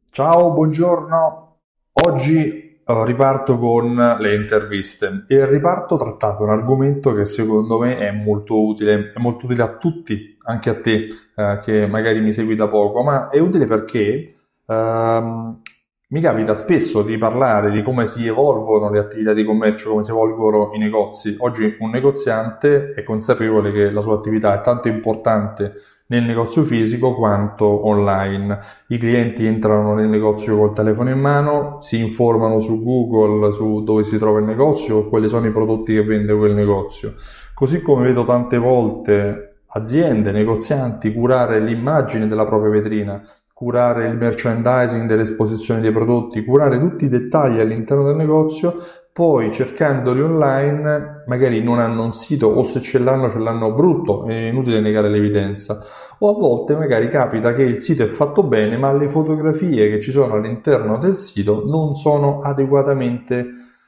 Ciao, buongiorno. Oggi riparto con le interviste e riparto trattando un argomento che secondo me è molto utile a tutti, anche a te che magari mi segui da poco, ma è utile perché mi capita spesso di parlare di come si evolvono le attività di commercio, come si evolvono i negozi. Oggi un negoziante è consapevole che la sua attività è tanto importante nel negozio fisico quanto online. I clienti entrano nel negozio col telefono in mano, si informano su Google su dove si trova il negozio, quali sono i prodotti che vende quel negozio. Così come vedo tante volte aziende, negozianti curare l'immagine della propria vetrina, curare il merchandising dell'esposizione dei prodotti, curare tutti i dettagli all'interno del negozio, poi cercandoli online magari non hanno un sito o se ce l'hanno brutto, è inutile negare l'evidenza. O a volte magari capita che il sito è fatto bene, ma le fotografie che ci sono all'interno del sito non sono adeguatamente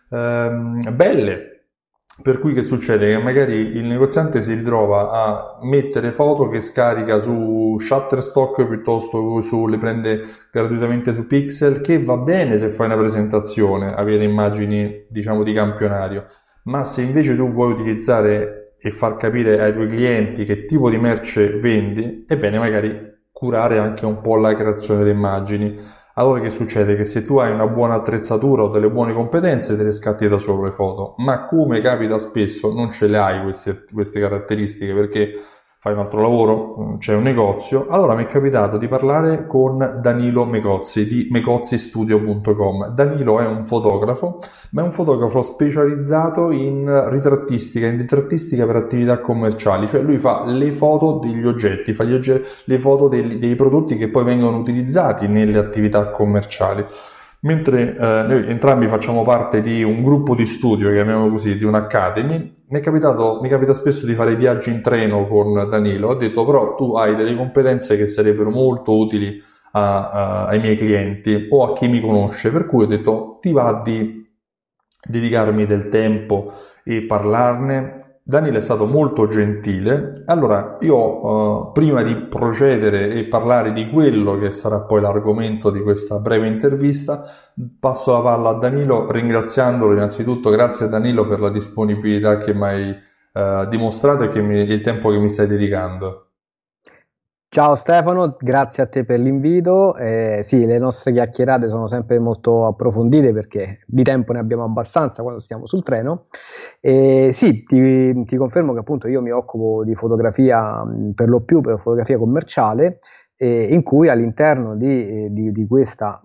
belle. Per cui che succede? Che magari il negoziante si ritrova a mettere foto che scarica su Shutterstock piuttosto che le prende gratuitamente su Pixel, che va bene se fai una presentazione, avere immagini diciamo di campionario, ma se invece tu vuoi utilizzare e far capire ai tuoi clienti che tipo di merce vendi, è bene magari curare anche un po' la creazione delle immagini. Allora che succede? Che se tu hai una buona attrezzatura o delle buone competenze te le scatti da solo le foto, ma come capita spesso non ce le hai queste caratteristiche perché fai un altro lavoro, c'è un negozio. Allora mi è capitato di parlare con Danilo Mecozzi di mecozzistudio.com. Danilo è un fotografo, ma è un fotografo specializzato in ritrattistica per attività commerciali, cioè lui fa le foto degli oggetti, fa le foto dei prodotti che poi vengono utilizzati nelle attività commerciali. Mentre noi entrambi facciamo parte di un gruppo di studio, chiamiamolo così, di un'academy, mi capita spesso di fare viaggi in treno con Danilo. Ho detto però tu hai delle competenze che sarebbero molto utili ai miei clienti o a chi mi conosce, per cui ho detto ti va di dedicarmi del tempo e parlarne. Danilo è stato molto gentile. Allora, io prima di procedere e parlare di quello che sarà poi l'argomento di questa breve intervista, passo la palla a Danilo ringraziandolo innanzitutto. Grazie a Danilo per la disponibilità che mi hai dimostrato il tempo che mi stai dedicando. Ciao Stefano, grazie a te per l'invito. Sì, le nostre chiacchierate sono sempre molto approfondite perché di tempo ne abbiamo abbastanza quando stiamo sul treno. Sì, ti confermo che appunto io mi occupo di fotografia, per lo più per fotografia commerciale, in cui all'interno di questa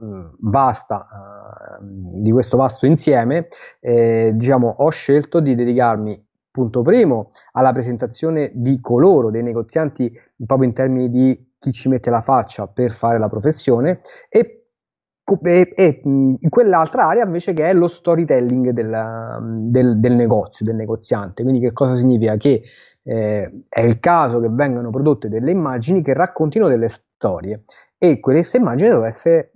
di questo vasto insieme, diciamo, ho scelto di dedicarmi, punto primo, alla presentazione di coloro, dei negozianti proprio in termini di chi ci mette la faccia per fare la professione e in quell'altra area invece che è lo storytelling del negozio, del negoziante. Quindi che cosa significa? Che è il caso che vengano prodotte delle immagini che raccontino delle storie e queste immagini devono essere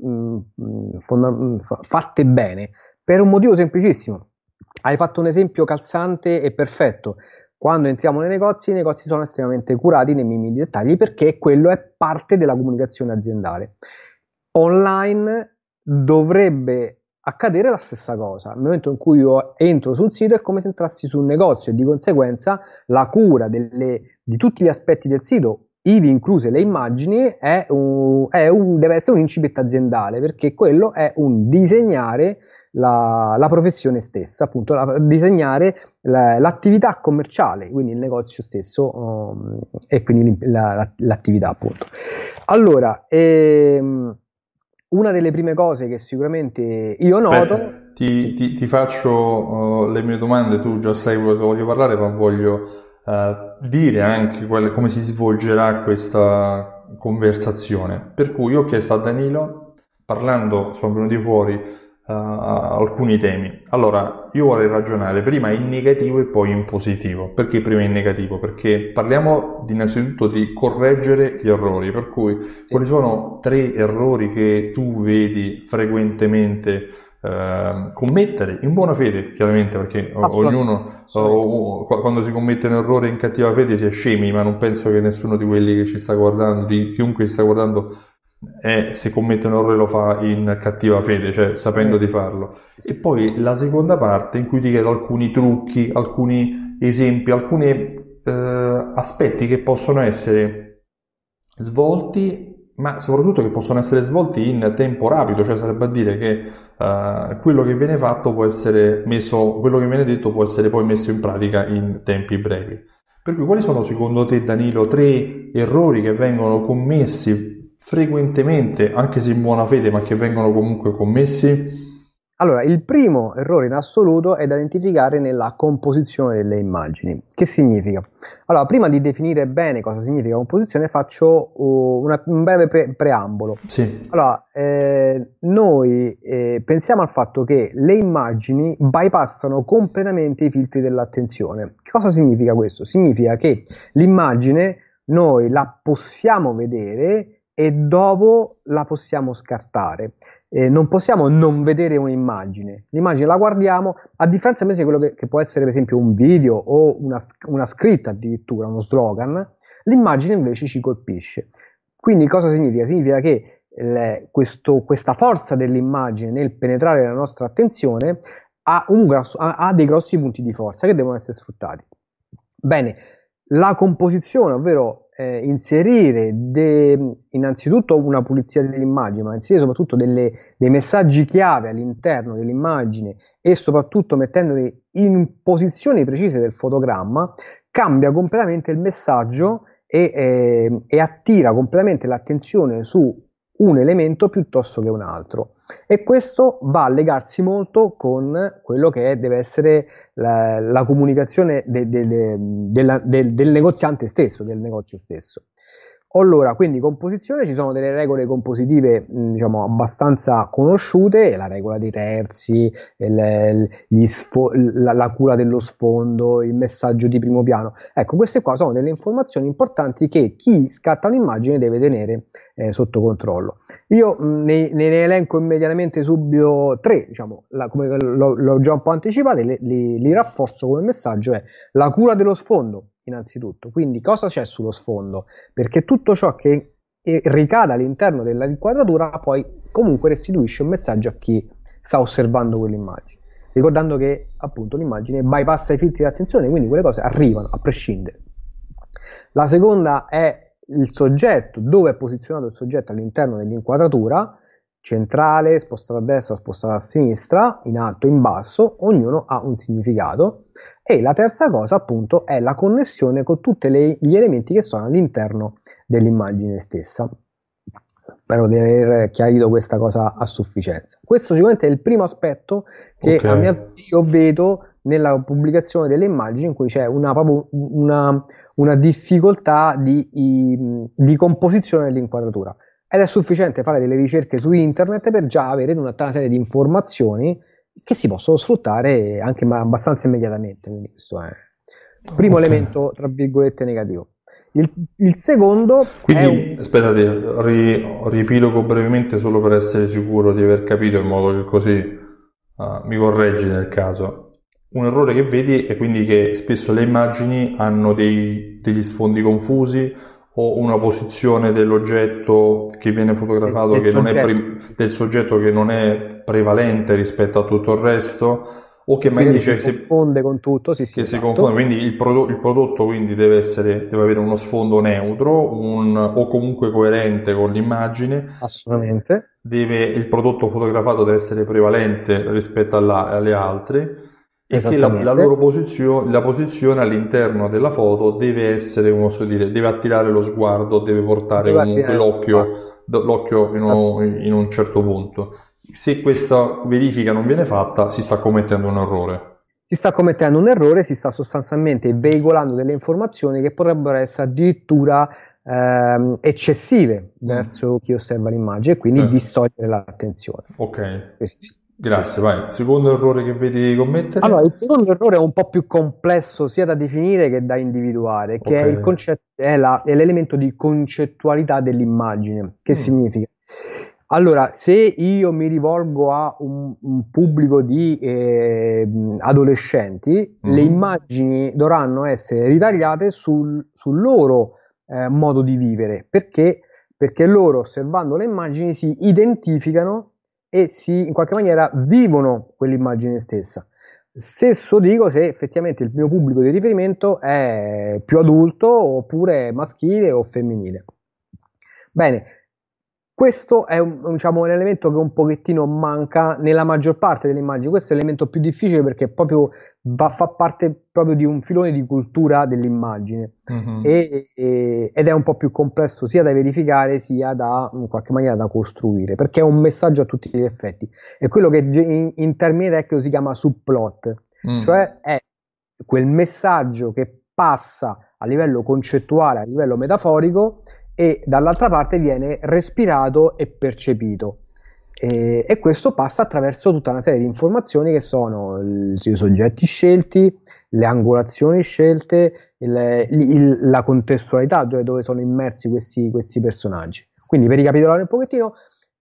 fatte bene per un motivo semplicissimo. Hai fatto un esempio calzante e perfetto. Quando entriamo nei negozi, i negozi sono estremamente curati nei minimi dettagli perché quello è parte della comunicazione aziendale. Online dovrebbe accadere la stessa cosa. Nel momento in cui io entro sul sito è come se entrassi su un negozio e di conseguenza la cura di tutti gli aspetti del sito, ivi incluse le immagini, deve essere un incipit aziendale perché quello è un disegnare la professione stessa, appunto disegnare l'attività commerciale, quindi il negozio stesso e quindi l'attività appunto. Allora, una delle prime cose che sicuramente io noto... Aspetta, Sì. ti faccio le mie domande, tu già sai quello che voglio parlare, ma voglio dire anche come si svolgerà questa conversazione. Per cui io ho chiesto a Danilo, parlando, sono venuti fuori alcuni temi. Allora, io vorrei ragionare prima in negativo e poi in positivo. Perché prima in negativo? Perché parliamo innanzitutto di correggere gli errori, per cui Sì. quali sono tre errori che tu vedi frequentemente commettere in buona fede, chiaramente, perché Assolutamente, ognuno assolutamente. quando si commette un errore in cattiva fede si è scemi, ma non penso che nessuno di quelli che ci sta guardando, di chiunque ci sta guardando, e se commette un errore lo fa in cattiva fede, cioè sapendo di farlo. E poi la seconda parte in cui ti chiedo alcuni trucchi, alcuni esempi, alcuni aspetti che possono essere svolti, ma soprattutto che possono essere svolti in tempo rapido, cioè sarebbe a dire che quello che viene fatto può essere messo, quello che viene detto può essere poi messo in pratica in tempi brevi. Per cui quali sono secondo te, Danilo, tre errori che vengono commessi frequentemente, anche se in buona fede, ma che vengono comunque commessi? Allora, il primo errore in assoluto è da identificare nella composizione delle immagini. Che significa? Allora, prima di definire bene cosa significa composizione, faccio un breve preambolo. Sì. Allora, noi pensiamo al fatto che le immagini bypassano completamente i filtri dell'attenzione. Che cosa significa questo? Significa che l'immagine noi la possiamo vedere e dopo la possiamo scartare. Non possiamo non vedere un'immagine. L'immagine la guardiamo, a differenza invece di quello che può essere per esempio un video o una scritta addirittura, uno slogan, l'immagine invece ci colpisce. Quindi cosa significa? Significa che questa forza dell'immagine nel penetrare la nostra attenzione ha dei grossi punti di forza che devono essere sfruttati. Bene, la composizione, ovvero inserire innanzitutto una pulizia dell'immagine, ma inserire soprattutto dei messaggi chiave all'interno dell'immagine e soprattutto mettendoli in posizioni precise del fotogramma, cambia completamente il messaggio e attira completamente l'attenzione su un elemento piuttosto che un altro. E questo va a legarsi molto con quello che deve essere la comunicazione del negoziante stesso, del negozio stesso. Allora, quindi composizione, ci sono delle regole compositive diciamo abbastanza conosciute, la regola dei terzi, la cura dello sfondo, il messaggio di primo piano. Ecco, queste qua sono delle informazioni importanti che chi scatta un'immagine deve tenere sotto controllo. Io ne elenco immediatamente subito tre, diciamo, come l'ho già un po' anticipato, li rafforzo come messaggio: è la cura dello sfondo, innanzitutto. Quindi cosa c'è sullo sfondo? Perché tutto ciò che ricade all'interno dell'inquadratura poi comunque restituisce un messaggio a chi sta osservando quell'immagine. Ricordando che appunto l'immagine bypassa i filtri di attenzione, quindi quelle cose arrivano a prescindere. La seconda è il soggetto, dove è posizionato il soggetto all'interno dell'inquadratura, centrale, spostato a destra, spostato a sinistra, in alto, in basso, ognuno ha un significato. E la terza cosa appunto è la connessione con tutti gli elementi che sono all'interno dell'immagine stessa. Spero di aver chiarito questa cosa a sufficienza. Questo sicuramente è il primo aspetto che io vedo nella pubblicazione delle immagini, in cui c'è proprio una difficoltà di composizione dell'inquadratura. Ed è sufficiente fare delle ricerche su internet per già avere una serie di informazioni che si possono sfruttare anche abbastanza immediatamente. Quindi questo è il primo elemento, tra virgolette, negativo. Il secondo quindi, aspettate, riepilogo brevemente solo per essere sicuro di aver capito, in modo che così mi correggi nel caso. Un errore che vedi è quindi che spesso le immagini hanno degli sfondi confusi o una posizione dell'oggetto che viene fotografato del soggetto che non è prevalente rispetto a tutto il resto, o che magari si confonde con tutto, si confonde. Quindi il prodotto quindi deve avere uno sfondo neutro o comunque coerente con l'immagine. Assolutamente. Il prodotto fotografato deve essere prevalente rispetto alle altre, e che la loro posizione all'interno della foto deve essere, come posso dire, deve attirare lo sguardo, deve portare comunque l'occhio in un certo punto. Se questa verifica non viene fatta, si sta commettendo un errore. Si sta sostanzialmente veicolando delle informazioni che potrebbero essere addirittura eccessive verso chi osserva l'immagine e quindi distogliere l'attenzione. Ok. Grazie, vai. Secondo errore che vedi commettere? Allora, il secondo errore è un po' più complesso sia da definire che da individuare, che è il concetto, è l'elemento di concettualità dell'immagine. Che significa? Allora, se io mi rivolgo a un pubblico di adolescenti, le immagini dovranno essere ritagliate sul loro modo di vivere, perché perché loro, osservando le immagini, si identificano e in qualche maniera vivono quell'immagine stessa. Stesso dico se effettivamente il mio pubblico di riferimento è più adulto oppure maschile o femminile. Bene, questo è diciamo, un elemento che un pochettino manca nella maggior parte delle immagini. Questo è l'elemento più difficile perché proprio fa parte proprio di un filone di cultura dell'immagine ed è un po' più complesso sia da verificare sia da in qualche maniera da costruire, perché è un messaggio a tutti gli effetti. È quello che in termini tecnici si chiama subplot, cioè è quel messaggio che passa a livello concettuale, a livello metaforico, e dall'altra parte viene respirato e percepito. E questo passa attraverso tutta una serie di informazioni che sono i soggetti scelti, le angolazioni scelte, la contestualità dove sono immersi questi personaggi. Quindi, per ricapitolare un pochettino,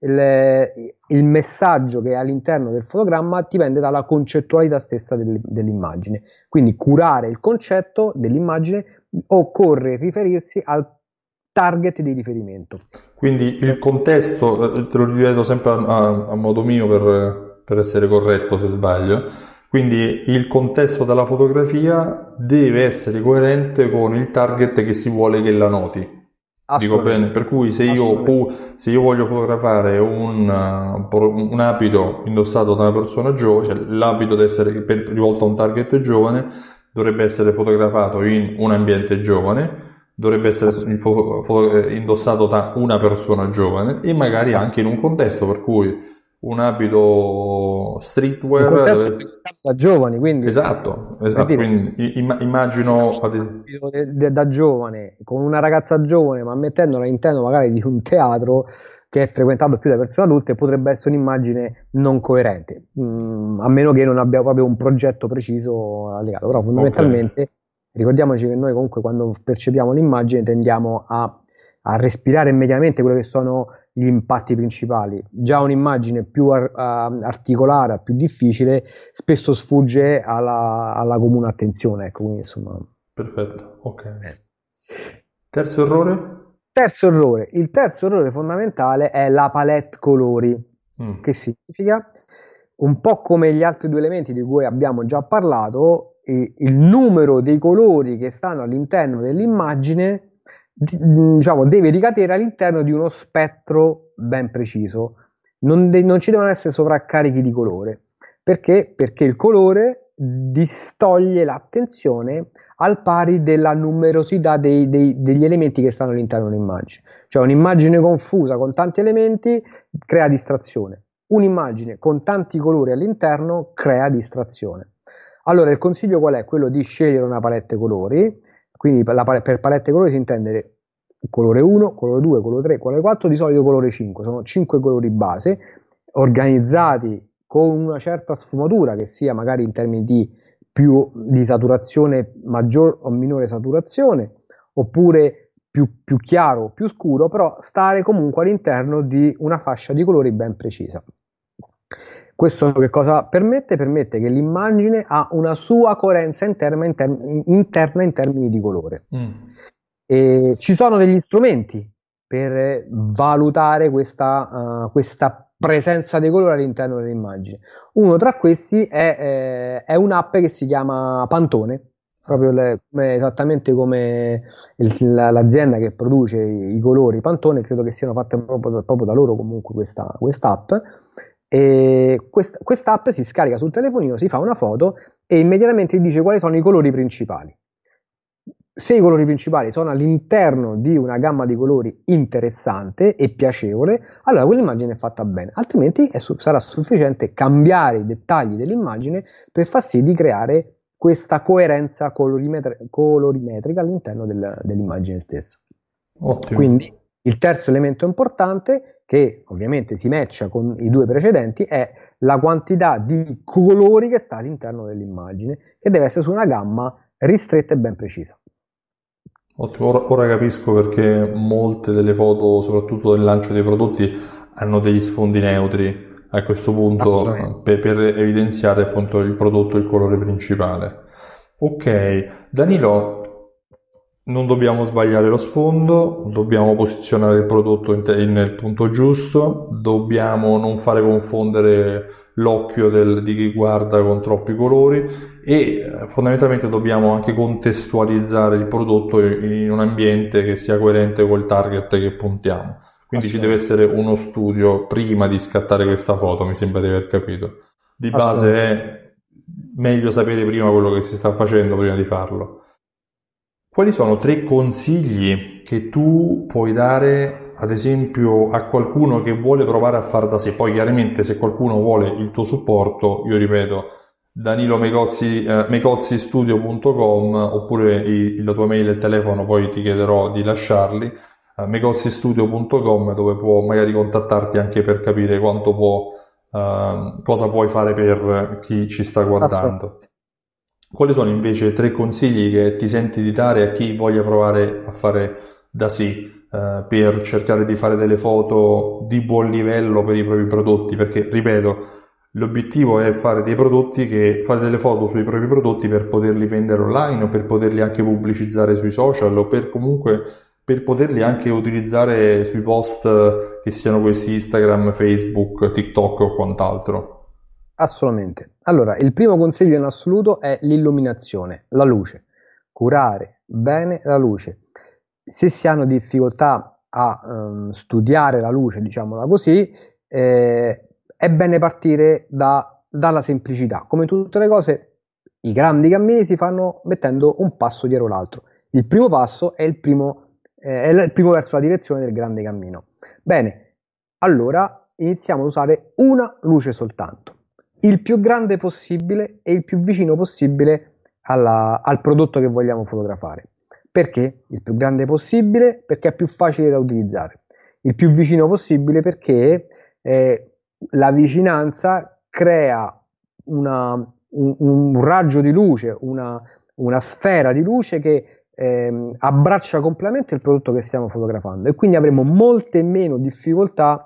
il messaggio che è all'interno del fotogramma dipende dalla concettualità stessa dell'immagine. Quindi curare il concetto dell'immagine occorre riferirsi al target di riferimento. Quindi il contesto, te lo ripeto sempre a modo mio per essere corretto se sbaglio, quindi il contesto della fotografia deve essere coerente con il target che si vuole che la noti. Dico bene, per cui se io voglio fotografare un abito indossato da una persona giovane, cioè l'abito deve essere rivolto a un target giovane, dovrebbe essere fotografato in un ambiente giovane, dovrebbe essere indossato da una persona giovane e magari anche in un contesto, per cui un abito streetwear da giovani, quindi esatto, quindi immagino da giovane con una ragazza giovane, ma mettendola all'interno magari di un teatro che è frequentato più da persone adulte, potrebbe essere un'immagine non coerente, a meno che non abbia proprio un progetto preciso allegato. Però fondamentalmente ricordiamoci che noi comunque quando percepiamo l'immagine tendiamo a respirare immediatamente quelli che sono gli impatti principali. Già un'immagine più articolata, più difficile, spesso sfugge alla comune attenzione. Ecco, quindi, insomma. Perfetto, ok. Terzo errore? Il terzo errore fondamentale è la palette colori, che significa, un po' come gli altri due elementi di cui abbiamo già parlato, il numero dei colori che stanno all'interno dell'immagine diciamo, deve ricadere all'interno di uno spettro ben preciso. Non ci devono essere sovraccarichi di colore. Perché? Perché il colore distoglie l'attenzione al pari della numerosità degli elementi che stanno all'interno dell'immagine. Cioè un'immagine confusa con tanti elementi crea distrazione. Un'immagine con tanti colori all'interno crea distrazione. Allora il consiglio qual è? Quello di scegliere una palette colori. Quindi per palette colori si intende colore 1, colore 2, colore 3, colore 4, di solito colore 5. Sono 5 colori base, organizzati con una certa sfumatura, che sia magari in termini di saturazione, maggior o minore saturazione, oppure più chiaro o più scuro, però stare comunque all'interno di una fascia di colori ben precisa. Questo che cosa permette? Permette che l'immagine ha una sua coerenza interna in termini di colore. E ci sono degli strumenti per valutare questa presenza dei colori all'interno dell'immagine. Uno tra questi è un'app che si chiama Pantone, proprio esattamente come l'azienda che produce i colori Pantone, credo che siano fatte proprio da loro comunque questa app. E questa app si scarica sul telefonino, si fa una foto e immediatamente dice quali sono i colori principali. Se i colori principali sono all'interno di una gamma di colori interessante e piacevole, allora quell'immagine è fatta bene, altrimenti sarà sufficiente cambiare i dettagli dell'immagine per far sì di creare questa coerenza colorimetrica all'interno dell'immagine stessa. Ottimo. Quindi il terzo elemento importante, che ovviamente si matcha con i due precedenti, è la quantità di colori che sta all'interno dell'immagine, che deve essere su una gamma ristretta e ben precisa. Ottimo, ora capisco perché molte delle foto, soprattutto del lancio dei prodotti, hanno degli sfondi neutri a questo punto per evidenziare appunto il prodotto e il colore principale. Ok, Danilo, Non dobbiamo sbagliare lo sfondo, dobbiamo posizionare il prodotto nel punto giusto, dobbiamo non fare confondere l'occhio di chi guarda con troppi colori e fondamentalmente dobbiamo anche contestualizzare il prodotto in un ambiente che sia coerente col target che puntiamo. Quindi ci deve essere uno studio prima di scattare questa foto, mi sembra di aver capito. Di base è meglio sapere prima quello che si sta facendo prima di farlo. Quali sono 3 consigli che tu puoi dare, ad esempio, a qualcuno che vuole provare a fare da sé? Poi chiaramente se qualcuno vuole il tuo supporto, io ripeto, Danilo mecozzistudio.com oppure la tua mail e telefono, poi ti chiederò di lasciarli, mecozzistudio.com, dove può magari contattarti anche per capire cosa puoi fare per chi ci sta guardando. Quali sono invece 3 consigli che ti senti di dare a chi voglia provare a fare da sé per cercare di fare delle foto di buon livello per i propri prodotti? Perché, ripeto, l'obiettivo è fare fare delle foto sui propri prodotti per poterli vendere online o per poterli anche pubblicizzare sui social o per poterli anche utilizzare sui post che siano questi Instagram, Facebook, TikTok o quant'altro. Assolutamente. Allora, il primo consiglio in assoluto è l'illuminazione, la luce. Curare bene la luce. Se si hanno difficoltà a studiare la luce, diciamola così, è bene partire dalla semplicità. Come in tutte le cose, i grandi cammini si fanno mettendo un passo dietro l'altro. Il primo passo è il primo verso la direzione del grande cammino. Bene, allora iniziamo ad usare una luce soltanto, il più grande possibile e il più vicino possibile al prodotto che vogliamo fotografare. Perché? Il più grande possibile perché è più facile da utilizzare, il più vicino possibile perché la vicinanza crea un raggio di luce, una sfera di luce che abbraccia completamente il prodotto che stiamo fotografando e quindi avremo molte meno difficoltà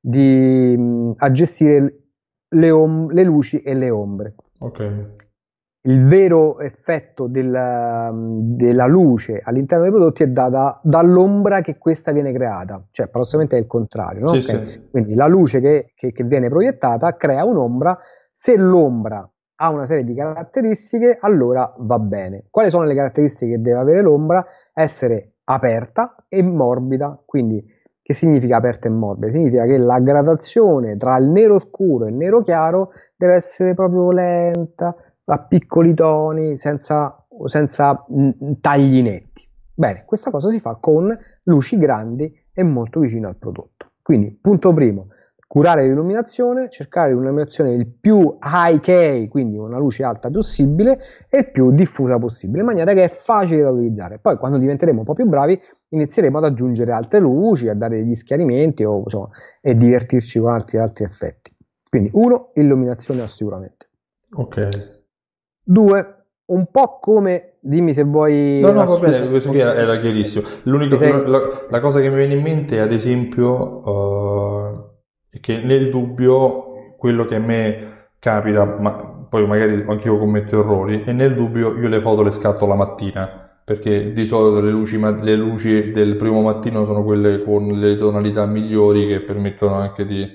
a gestire le luci e le ombre. Ok. Il vero effetto della luce all'interno dei prodotti è data dall'ombra che questa viene creata, cioè paradossalmente è il contrario, no? Sì, Okay. sì. Quindi la luce che viene proiettata crea un'ombra. Se l'ombra ha una serie di caratteristiche, allora va bene. Quali sono le caratteristiche che deve avere l'ombra? Essere aperta e morbida. Quindi che significa aperta e morbida? Significa che la gradazione tra il nero scuro e il nero chiaro deve essere proprio lenta, a piccoli toni, senza tagli netti. Bene, questa cosa si fa con luci grandi e molto vicino al prodotto. Quindi, punto primo, curare l'illuminazione, cercare l'illuminazione il più high key, quindi una luce alta possibile e il più diffusa possibile, in maniera che è facile da utilizzare. Poi, quando diventeremo un po' più bravi, inizieremo ad aggiungere altre luci, a dare degli schiarimenti e divertirci con altri effetti. Quindi, 1, illuminazione sicuramente. Ok. 2, un po' come, dimmi se vuoi. No, va bene, questo qui era chiarissimo. La cosa che mi viene in mente, ad esempio, è che nel dubbio, quello che a me capita, ma poi magari anch'io commetto errori, e nel dubbio io le foto le scatto la mattina, perché di solito le luci del primo mattino sono quelle con le tonalità migliori che permettono anche di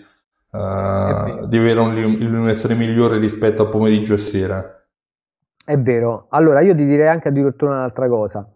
avere un'illuminazione migliore rispetto a pomeriggio e sera. È vero. Allora, io ti direi anche addirittura un'altra cosa.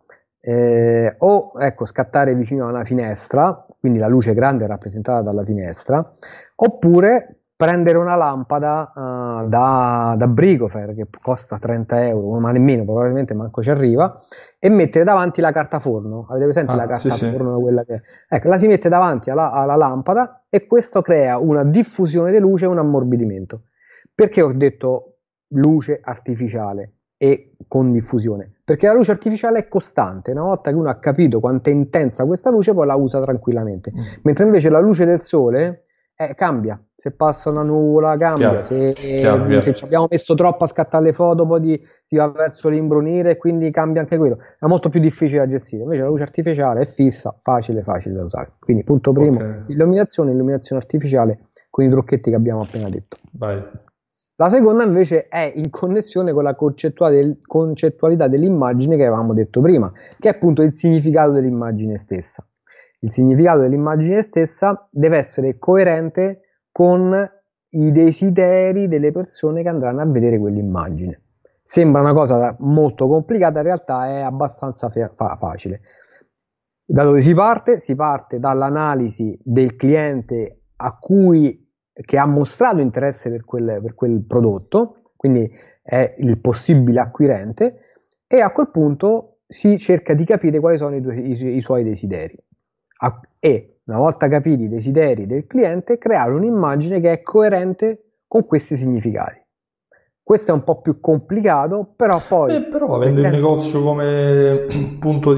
Ecco, scattare vicino a una finestra, quindi la luce grande è rappresentata dalla finestra, oppure prendere una lampada da Bricofer che costa 30 euro, ma nemmeno, probabilmente manco ci arriva, e mettere davanti la carta forno. Avete presente la carta sì. forno? Quella che... Ecco, la si mette davanti alla lampada e questo crea una diffusione di luce e un ammorbidimento. Perché ho detto luce artificiale e con diffusione? Perché la luce artificiale è costante, una volta che uno ha capito quanto è intensa questa luce poi la usa tranquillamente, mentre invece la luce del sole cambia, se passa una nuvola cambia, se ci abbiamo messo troppo a scattare le foto poi si va verso l'imbrunire e quindi cambia anche quello, è molto più difficile da gestire. Invece la luce artificiale è fissa, facile da usare. Quindi punto primo, illuminazione artificiale con i trucchetti che abbiamo appena detto. Vai. La seconda invece è in connessione con la concettualità dell'immagine che avevamo detto prima, che è appunto il significato dell'immagine stessa. Il significato dell'immagine stessa deve essere coerente con i desideri delle persone che andranno a vedere quell'immagine. Sembra una cosa molto complicata, in realtà è abbastanza facile. Da dove si parte? Si parte dall'analisi del cliente che ha mostrato interesse per quel prodotto, quindi è il possibile acquirente, e a quel punto si cerca di capire quali sono i suoi desideri. E una volta capiti i desideri del cliente, creare un'immagine che è coerente con questi significati. Questo è un po' più complicato, però poi... Però avendo il negozio come punto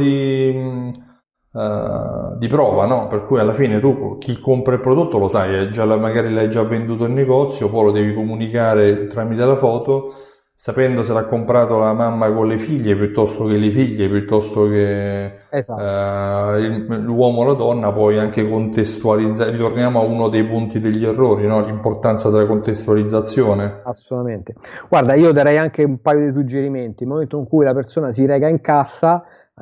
di prova, no? Per cui alla fine tu chi compra il prodotto lo sai, magari l'hai già venduto in negozio, poi lo devi comunicare tramite la foto, sapendo se l'ha comprato la mamma con le figlie piuttosto che le figlie, piuttosto che Esatto. l'uomo o la donna, poi anche contestualizzare. Ritorniamo a uno dei punti degli errori, no? L'importanza della contestualizzazione. Assolutamente. Guarda, io darei anche un paio di suggerimenti. Nel momento in cui la persona si reca in cassa,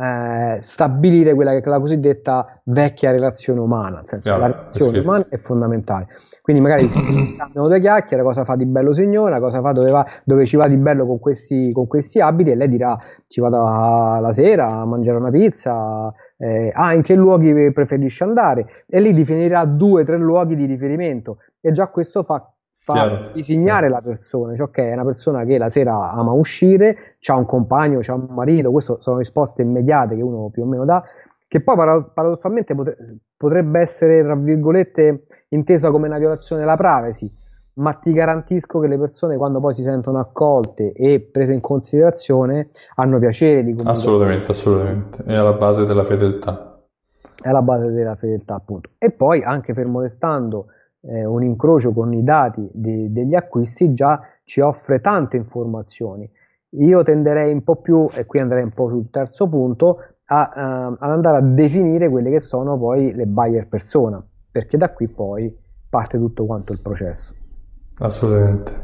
stabilire quella che è la cosiddetta vecchia relazione umana, nel senso la Chiaro, relazione umana è fondamentale. Quindi magari si scambiano due chiacchiere, cosa fa di bello signora, cosa fa, dove ci va di bello con questi abiti, e lei dirà ci vado la sera a mangiare una pizza, in che luoghi preferisce andare, e lì definirà 2 o 3 luoghi di riferimento, e già questo fa chiaro, disegnare chiaro. la persona, cioè ok, è una persona che la sera ama uscire, c'ha un compagno, c'ha un marito, queste sono risposte immediate che uno più o meno dà, che poi paradossalmente potrebbe essere, tra virgolette, intesa come una violazione della privacy, ma ti garantisco che le persone, quando poi si sentono accolte e prese in considerazione, hanno piacere di comunicare. Assolutamente, assolutamente. È alla base della fedeltà. È la base della fedeltà, appunto. E poi, anche fermo restando un incrocio con i dati degli acquisti, già ci offre tante informazioni. Io tenderei un po' più, e qui andrei un po' sul terzo punto, ad andare a definire quelle che sono poi le buyer persona, perché da qui poi parte tutto quanto il processo. Assolutamente.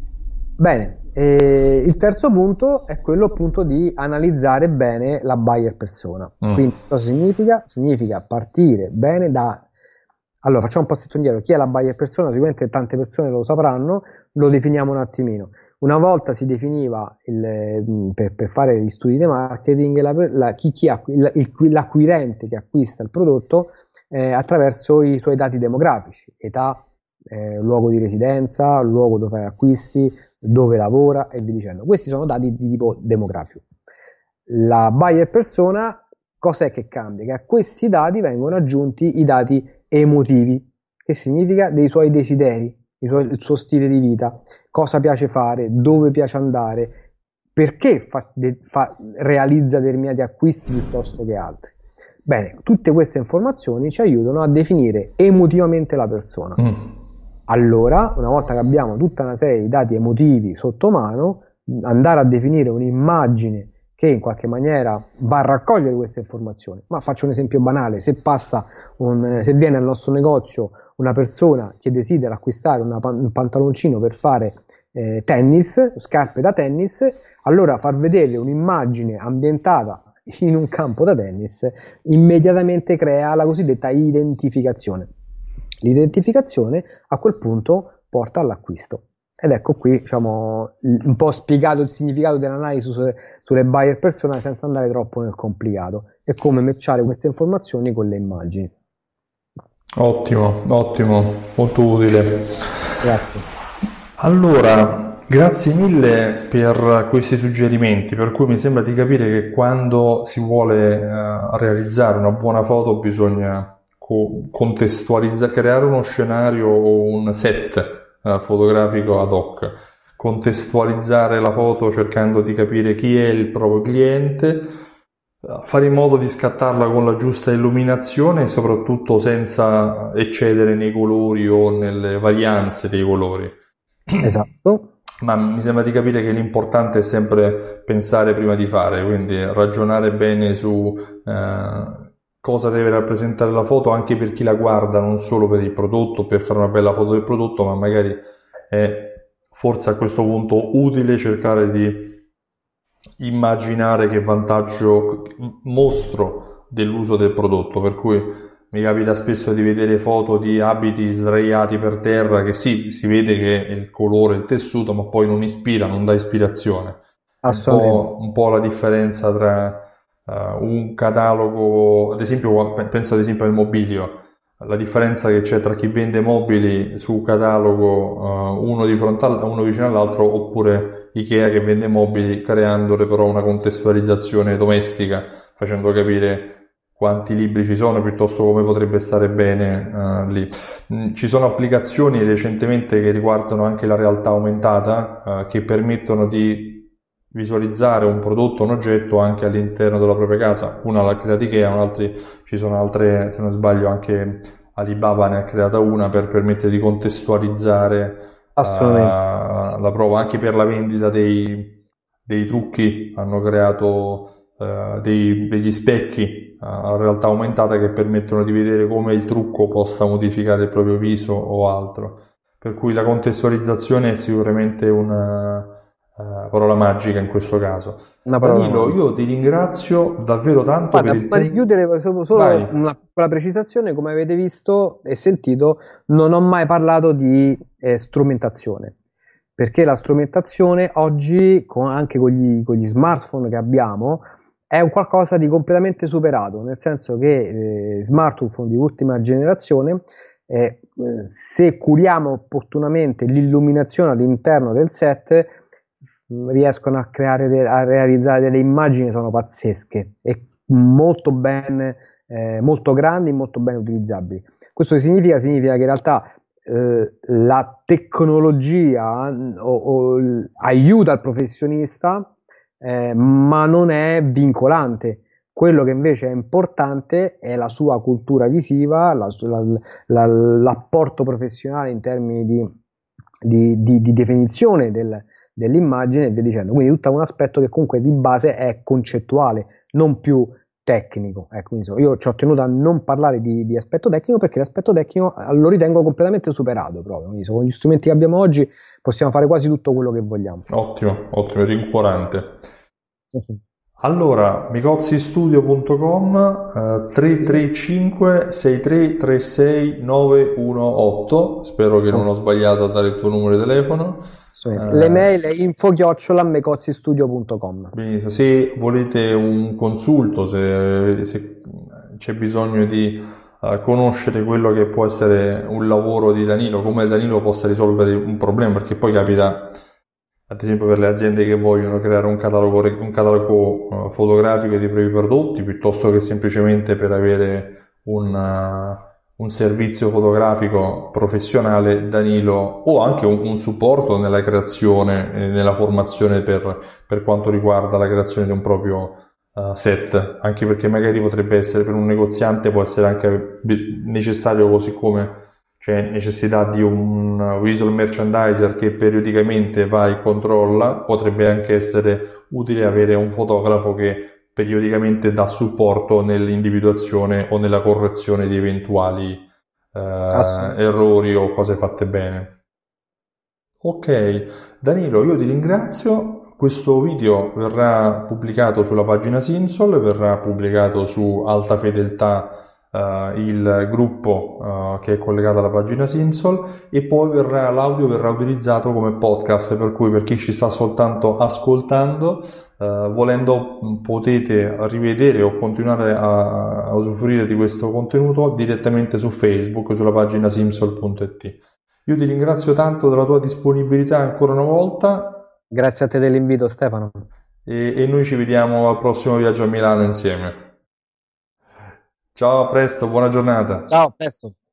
Bene, il terzo punto è quello appunto di analizzare bene la buyer persona. Mm. Quindi cosa significa? Significa partire bene da... Allora, facciamo un passetto indietro. Chi è la buyer persona? Sicuramente tante persone lo sapranno, lo definiamo un attimino. Una volta si definiva per fare gli studi di marketing l'acquirente che acquista il prodotto attraverso i suoi dati demografici, età, luogo di residenza, luogo dove acquisti, dove lavora e via dicendo. Questi sono dati di tipo demografico. La buyer persona, cos'è che cambia? Che a questi dati vengono aggiunti i dati emotivi, che significa dei suoi desideri, il suo stile di vita, cosa piace fare, dove piace andare, perché realizza determinati acquisti piuttosto che altri. Bene, tutte queste informazioni ci aiutano a definire emotivamente la persona. Allora, una volta che abbiamo tutta una serie di dati emotivi sotto mano, andare a definire un'immagine che in qualche maniera va a raccogliere queste informazioni. Ma faccio un esempio banale: se viene al nostro negozio una persona che desidera acquistare un pantaloncino per fare tennis, scarpe da tennis, allora far vedere un'immagine ambientata in un campo da tennis immediatamente crea la cosiddetta identificazione. L'identificazione a quel punto porta all'acquisto. Ed ecco qui, diciamo, un po' spiegato il significato dell'analisi sulle buyer persona senza andare troppo nel complicato, e come matchare queste informazioni con le immagini. Ottimo, ottimo, molto utile. Grazie. Allora, grazie mille per questi suggerimenti, per cui mi sembra di capire che quando si vuole realizzare una buona foto bisogna contestualizzare, creare uno scenario o un set fotografico ad hoc, contestualizzare la foto cercando di capire chi è il proprio cliente, fare in modo di scattarla con la giusta illuminazione e soprattutto senza eccedere nei colori o nelle varianze dei colori. Esatto. Ma mi sembra di capire che l'importante è sempre pensare prima di fare, quindi ragionare bene su cosa deve rappresentare la foto anche per chi la guarda, non solo per il prodotto, per fare una bella foto del prodotto, ma magari è forse a questo punto utile cercare di immaginare che vantaggio mostro dell'uso del prodotto, per cui mi capita spesso di vedere foto di abiti sdraiati per terra che sì, si vede che è il colore, il tessuto, ma poi non ispira, non dà ispirazione. È un po' la differenza tra un catalogo, ad esempio, penso ad esempio al mobilio, la differenza che c'è tra chi vende mobili su catalogo uno di fronte uno vicino all'altro, oppure Ikea che vende mobili creandole però una contestualizzazione domestica, facendo capire quanti libri ci sono piuttosto come potrebbe stare bene lì. Ci sono applicazioni recentemente che riguardano anche la realtà aumentata che permettono di visualizzare un prodotto, un oggetto anche all'interno della propria casa. Una l'ha creata Ikea, ci sono altre, se non sbaglio anche Alibaba ne ha creata una per permettere di contestualizzare la prova. Anche per la vendita dei trucchi hanno creato degli specchi a realtà aumentata che permettono di vedere come il trucco possa modificare il proprio viso o altro. Per cui la contestualizzazione è sicuramente una parola magica in questo caso. Danilo, io ti ringrazio davvero tanto per il tempo. Prima di chiudere, solo una piccola precisazione: come avete visto e sentito, non ho mai parlato di strumentazione, perché la strumentazione oggi, anche con gli smartphone che abbiamo, è un qualcosa di completamente superato, nel senso che smartphone di ultima generazione, se curiamo opportunamente l'illuminazione all'interno del set, riescono a realizzare delle immagini che sono pazzesche e molto bene, molto grandi, molto ben utilizzabili. Questo significa che in realtà la tecnologia aiuta il professionista, ma non è vincolante. Quello che invece è importante è la sua cultura visiva, l'apporto professionale in termini di definizione dell'immagine e via dicendo. Quindi tutto un aspetto che comunque di base è concettuale, non più tecnico. Ecco, io ci ho tenuto a non parlare di aspetto tecnico, perché l'aspetto tecnico lo ritengo completamente superato proprio. Quindi con gli strumenti che abbiamo oggi possiamo fare quasi tutto quello che vogliamo. Ottimo, rincuorante. Sì. Allora, micozzistudio.com 335 6336 918. Spero che non ho sbagliato a dare il tuo numero di telefono. L'email è info@micozzistudio.com. Se volete un consulto, se c'è bisogno di conoscere quello che può essere un lavoro di Danilo, come Danilo possa risolvere un problema, perché poi capita, ad esempio, per le aziende che vogliono creare un catalogo fotografico dei propri prodotti, piuttosto che semplicemente per avere un servizio fotografico professionale, Danilo, o anche un supporto nella creazione e nella formazione per quanto riguarda la creazione di un proprio set, anche perché magari potrebbe essere, per un negoziante può essere anche necessario, così come c'è necessità di un visual merchandiser che periodicamente va e controlla, potrebbe anche essere utile avere un fotografo che periodicamente dà supporto nell'individuazione o nella correzione di eventuali errori o cose fatte bene. Ok, Danilo, io ti ringrazio. Questo video verrà pubblicato sulla pagina Simsol, verrà pubblicato su Alta Fedeltà, il gruppo che è collegato alla pagina Simsol, e poi l'audio verrà utilizzato come podcast, per cui per chi ci sta soltanto ascoltando, volendo potete rivedere o continuare a usufruire di questo contenuto direttamente su Facebook, sulla pagina simsol.it. Io ti ringrazio tanto della tua disponibilità ancora una volta. Grazie a te dell'invito, Stefano. E noi ci vediamo al prossimo viaggio a Milano insieme. Ciao, a presto, buona giornata. Ciao, a presto.